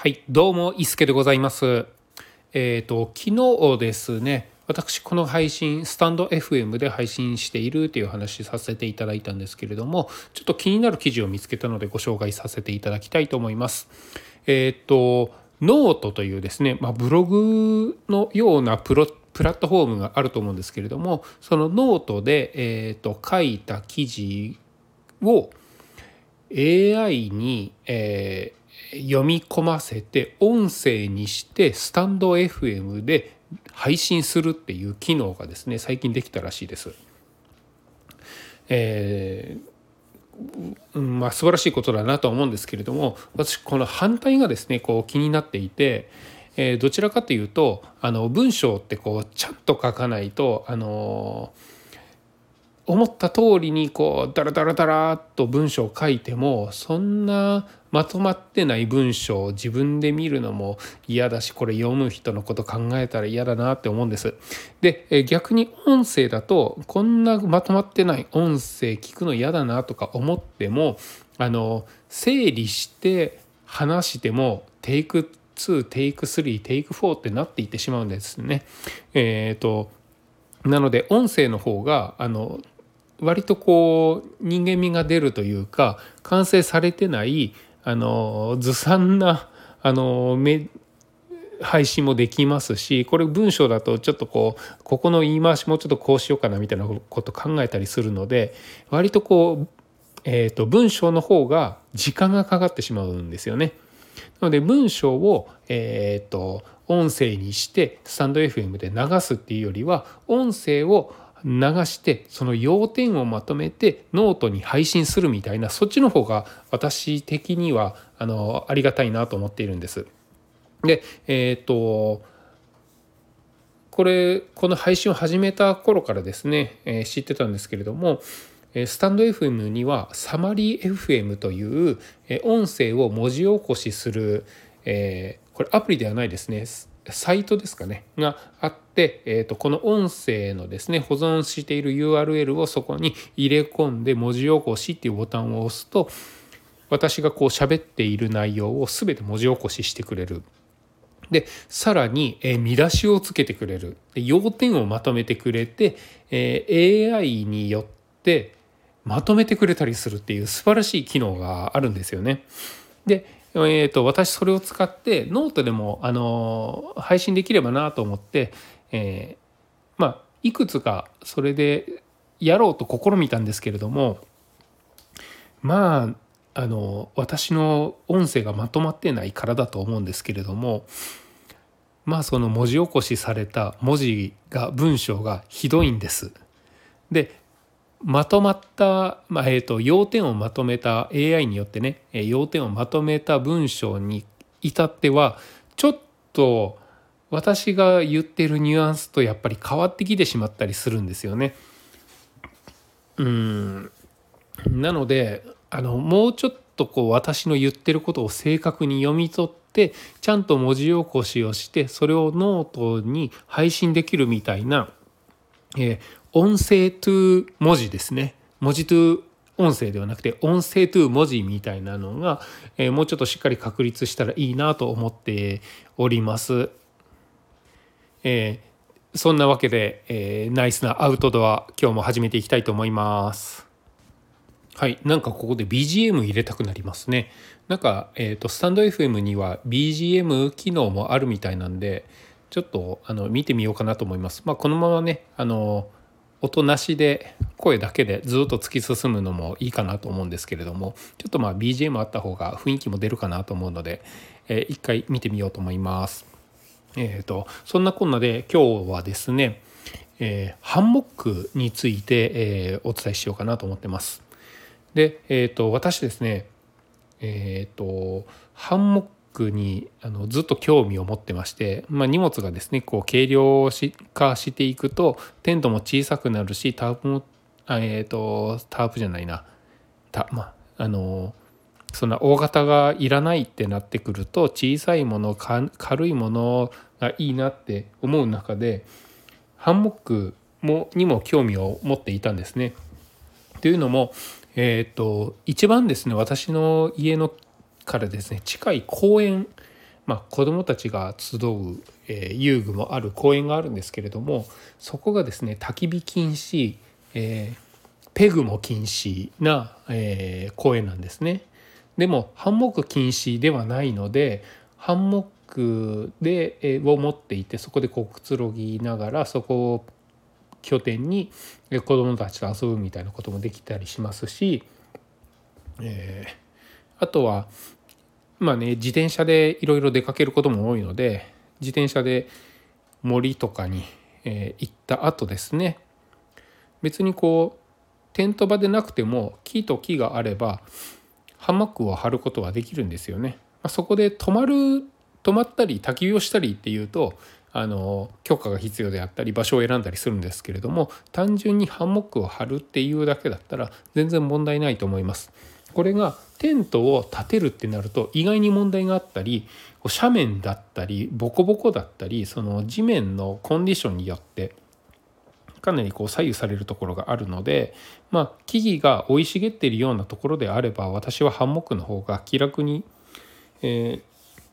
はい、どうも、伊助でございます。昨日ですね、私、この配信、スタンド FM で配信しているという話させていただいたんですけれども、ちょっと気になる記事を見つけたのでご紹介させていただきたいと思います。ノートというですね、ブログのようなプラットフォームがあると思うんですけれども、そのノートで、書いた記事を AI に、読み込ませて音声にしてスタンド FM で配信するっていう機能がですね最近できたらしいです。素晴らしいことだなとは思うんですけれども、私この反対がですね気になっていて、どちらかというと文章ってちゃんと書かないと思った通りにダラダラダラっと文章を書いてもそんなまとまってない文章を自分で見るのも嫌だし、これ読む人のこと考えたら嫌だなって思うんです。で逆に音声だとこんなまとまってない音声聞くの嫌だなとか思っても整理して話してもテイク2テイク3テイク4ってなっていってしまうんですね。なので音声の方が割と人間味が出るというか、完成されてないずさんな配信もできますし、これ文章だとちょっとここの言い回しもうちょっとこうしようかなみたいなこと考えたりするので、割と文章の方が時間がかかってしまうんですよね。なので文章を音声にしてスタンド FM で流すっていうよりは、音声を流してその要点をまとめてノートに配信するみたいな、そっちの方が私的にはありがたいなと思っているんです。でこの配信を始めた頃からですね、知ってたんですけれども、スタンド FM にはサマリー FM という音声を文字起こしする、これアプリではないですね、サイトですかねがあって、この音声のですね保存している URL をそこに入れ込んで文字起こしっていうボタンを押すと、私が喋っている内容を全て文字起こししてくれる。でさらに見出しをつけてくれる。で要点をまとめてくれて AI によってまとめてくれたりするっていう素晴らしい機能があるんですよね。で私それを使ってノートでも配信できればなと思って、いくつかそれでやろうと試みたんですけれども、私の音声がまとまってないからだと思うんですけれども、その文字起こしされた文章がひどいんです。でまとまった、要点をまとめた AI によってね、要点をまとめた文章に至ってはちょっと私が言ってるニュアンスとやっぱり変わってきてしまったりするんですよね。なのでもうちょっと私の言ってることを正確に読み取ってちゃんと文字起こしをしてそれをノートに配信できるみたいな、音声 to 文字ですね、文字 to 音声ではなくて音声 to 文字みたいなのが、もうちょっとしっかり確立したらいいなと思っております。そんなわけで、ナイスなアウトドア今日も始めていきたいと思います。はい、ここで BGM 入れたくなりますね。スタンド FM には BGM 機能もあるみたいなんで、ちょっと見てみようかなと思います。このままね音なしで声だけでずっと突き進むのもいいかなと思うんですけれども、ちょっとBGM あった方が雰囲気も出るかなと思うので、一回見てみようと思います。そんなこんなで今日はですね、ハンモックについて、お伝えしようかなと思ってます。で、私ですね、ハンモックにずっと興味を持ってまして、荷物がですね軽量化していくとテントも小さくなるし、タープもタープじゃないなそんな大型がいらないってなってくると小さいもの軽いものがいいなって思う中でハンモックにも興味を持っていたんですね。というのも一番ですね私の家のからですね近い公園子どもたちが集う、遊具もある公園があるんですけれども、そこがですね焚き火禁止、ペグも禁止な、公園なんですね。でもハンモック禁止ではないので、ハンモックでを持っていて、そこでこうくつろぎながらそこを拠点に子どもたちと遊ぶみたいなこともできたりしますし、あとは自転車でいろいろ出かけることも多いので、自転車で森とかに、行った後ですね、別にこうテント場でなくても木と木があればハンモックを張ることはできるんですよね。そこで泊まったり焚き火をしたりっていうと許可が必要であったり場所を選んだりするんですけれども、単純にハンモックを張るっていうだけだったら全然問題ないと思います。これがテントを建てるってなると意外に問題があったり、斜面だったりボコボコだったり、その地面のコンディションによってかなりこう左右されるところがあるので、木々が生い茂っているようなところであれば、私はハンモックの方が気楽に、デ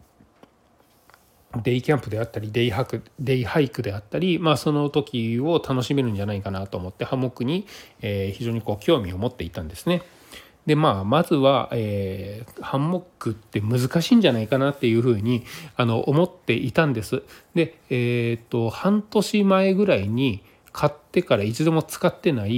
イキャンプであったりデイハイクであったり、その時を楽しめるんじゃないかなと思ってハンモックに非常にこう興味を持っていたんですね。でまずは、ハンモックって難しいんじゃないかなっていうふうに思っていたんです。で、半年前ぐらいに買ってから一度も使ってない、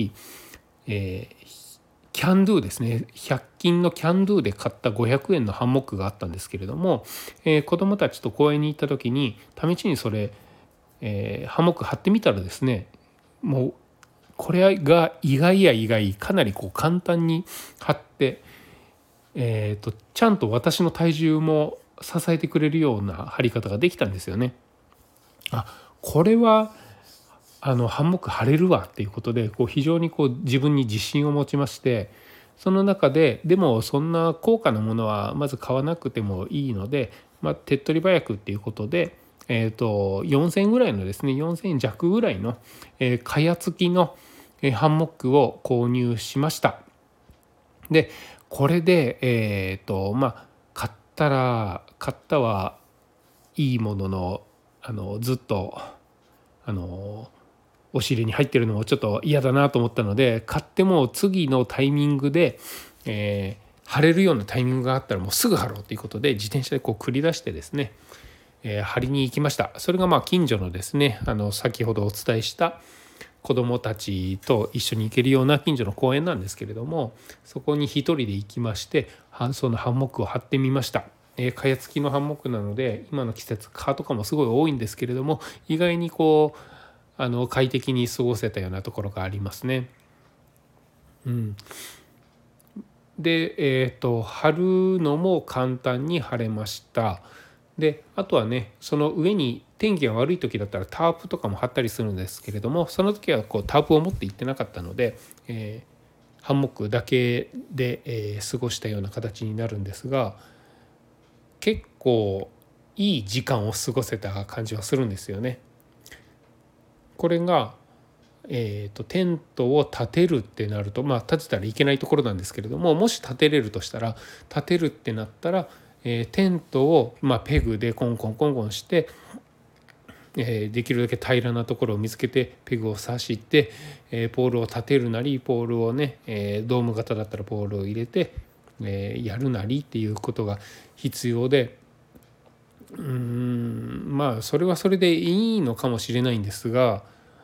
キャンドゥですね、100均のキャンドゥで買った500円のハンモックがあったんですけれども、子どもたちと公園に行った時に試しにそれ、ハンモック貼ってみたらですね、もうこれが意外かなりこう簡単に貼って、ちゃんと私の体重も支えてくれるような貼り方ができたんですよね。これはハンモック貼れるわっていうことで非常に自分に自信を持ちまして、その中ででもそんな高価なものはまず買わなくてもいいので、手っ取り早くっていうことで、4,000円ぐらいのですね、4,000円弱ぐらいの蚊帳付きのハンモックを購入しました。でこれで買ったはいいもののずっと押し入れに入ってるのもちょっと嫌だなと思ったので、買っても次のタイミングで、貼れるようなタイミングがあったらもうすぐ貼ろうということで自転車で繰り出してですね、貼りに行きました。それが近所のですね先ほどお伝えした子どもたちと一緒に行けるような近所の公園なんですけれども、そこに一人で行きましてそのハンモックを張ってみました。蚊帳付きのハンモックなので今の季節蚊とかもすごい多いんですけれども、意外に快適に過ごせたようなところがありますね。で、貼るのも簡単に貼れました。であとはね、その上に天気が悪い時だったらタープとかも貼ったりするんですけれども、その時はタープを持って行ってなかったので、ハンモックだけで、過ごしたような形になるんですが、結構いい時間を過ごせた感じはするんですよね。これが、テントを建てるってなると建てたらいけないところなんですけれども、もし建てれるとしたら建てるってなったら、テントをペグでコンコンして、できるだけ平らなところを見つけてペグを刺して、ポールを立てるなり、ポールをね、ドーム型だったらポールを入れて、やるなりっていうことが必要で、それはそれでいいのかもしれないんですが、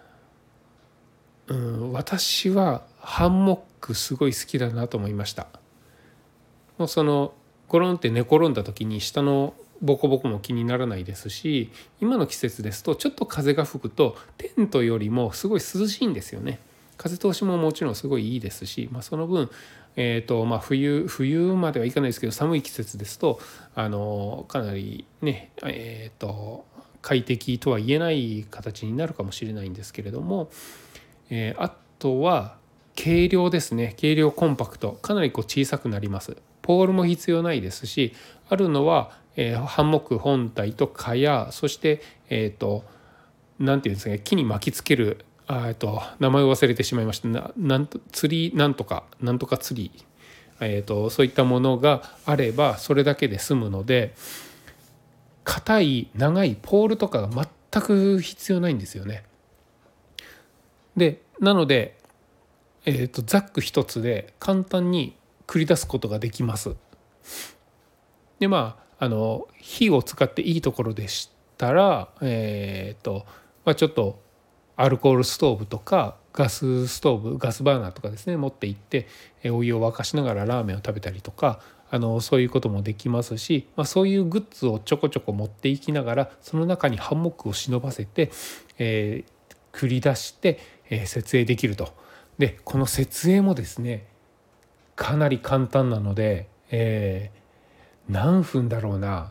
私はハンモックすごい好きだなと思いました。もうコロンって寝転んだ時に下のボコボコも気にならないですし、今の季節ですとちょっと風が吹くとテントよりもすごい涼しいんですよね。風通しももちろんすごいいいですし、その分、冬まではいかないですけど、寒い季節ですとかなりね、快適とは言えない形になるかもしれないんですけれども、あとは軽量ですね。軽量コンパクト、かなり小さくなります。ポールも必要ないですし、あるのは、ハンモック本体と蚊帳、そしてなんていうんですかね、木に巻きつける名前を忘れてしまいました。釣りなんとか釣り、そういったものがあればそれだけで済むので、 硬い長いポールとかが全く必要ないんですよね。でなので、ザック一つで簡単に繰り出すことができます。で火を使っていいところでしたら、ちょっとアルコールストーブとかガスストーブガスバーナーとかですね持って行ってお湯を沸かしながらラーメンを食べたりとかそういうこともできますし、そういうグッズをちょこちょこ持っていきながらその中にハンモックを忍ばせて、繰り出して、設営できると。でこの設営もですねかなり簡単なので、何分だろうな、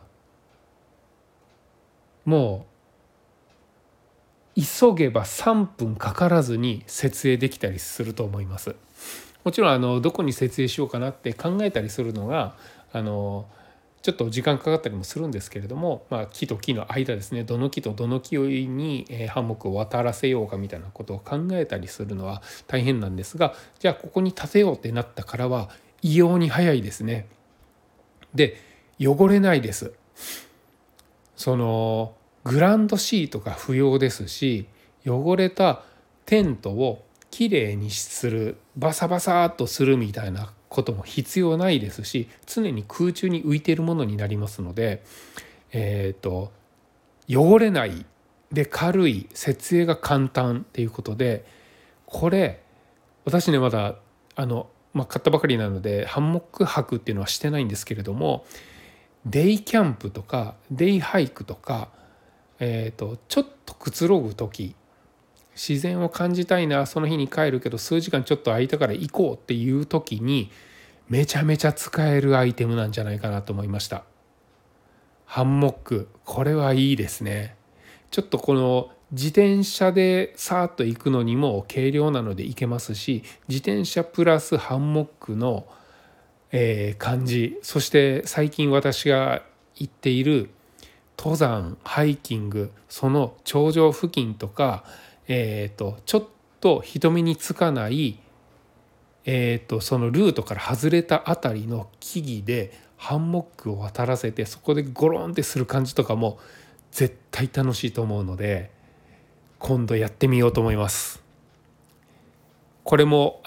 もう急げば3分かからずに設営できたりすると思います。もちろんどこに設営しようかなって考えたりするのがちょっと時間かかったりもするんですけれども、木と木の間ですね、どの木とどの木にハンモックを渡らせようかみたいなことを考えたりするのは大変なんですが、じゃあここに立てようってなったからは異様に早いですね。で汚れないです。グランドシートが不要ですし、汚れたテントをきれいにする、バサバサっとするみたいなことも必要ないですし、常に空中に浮いているものになりますので、汚れないで軽い、設営が簡単っていうことで、これ私ねまだ買ったばかりなのでハンモック泊っていうのはしてないんですけれども、デイキャンプとかデイハイクとか、ちょっとくつろぐ時、自然を感じたいな、その日に帰るけど数時間ちょっと空いたから行こうっていう時にめちゃめちゃ使えるアイテムなんじゃないかなと思いました。ハンモック、これはいいですね。ちょっとこの自転車でさーっと行くのにも軽量なので行けますし、自転車プラスハンモックの感じ、そして最近私が行っている登山ハイキング、その頂上付近とか、ちょっと人目につかない、そのルートから外れたあたりの木々でハンモックを渡らせて、そこでゴロンってする感じとかも絶対楽しいと思うので、今度やってみようと思います。これも、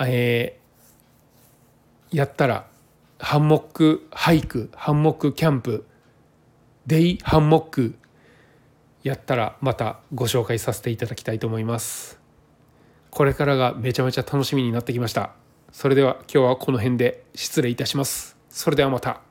やったらハンモックハイク、ハンモックキャンプ、デイハンモックやったらまたご紹介させていただきたいと思います。これからがめちゃめちゃ楽しみになってきました。それでは今日はこの辺で失礼いたします。それではまた。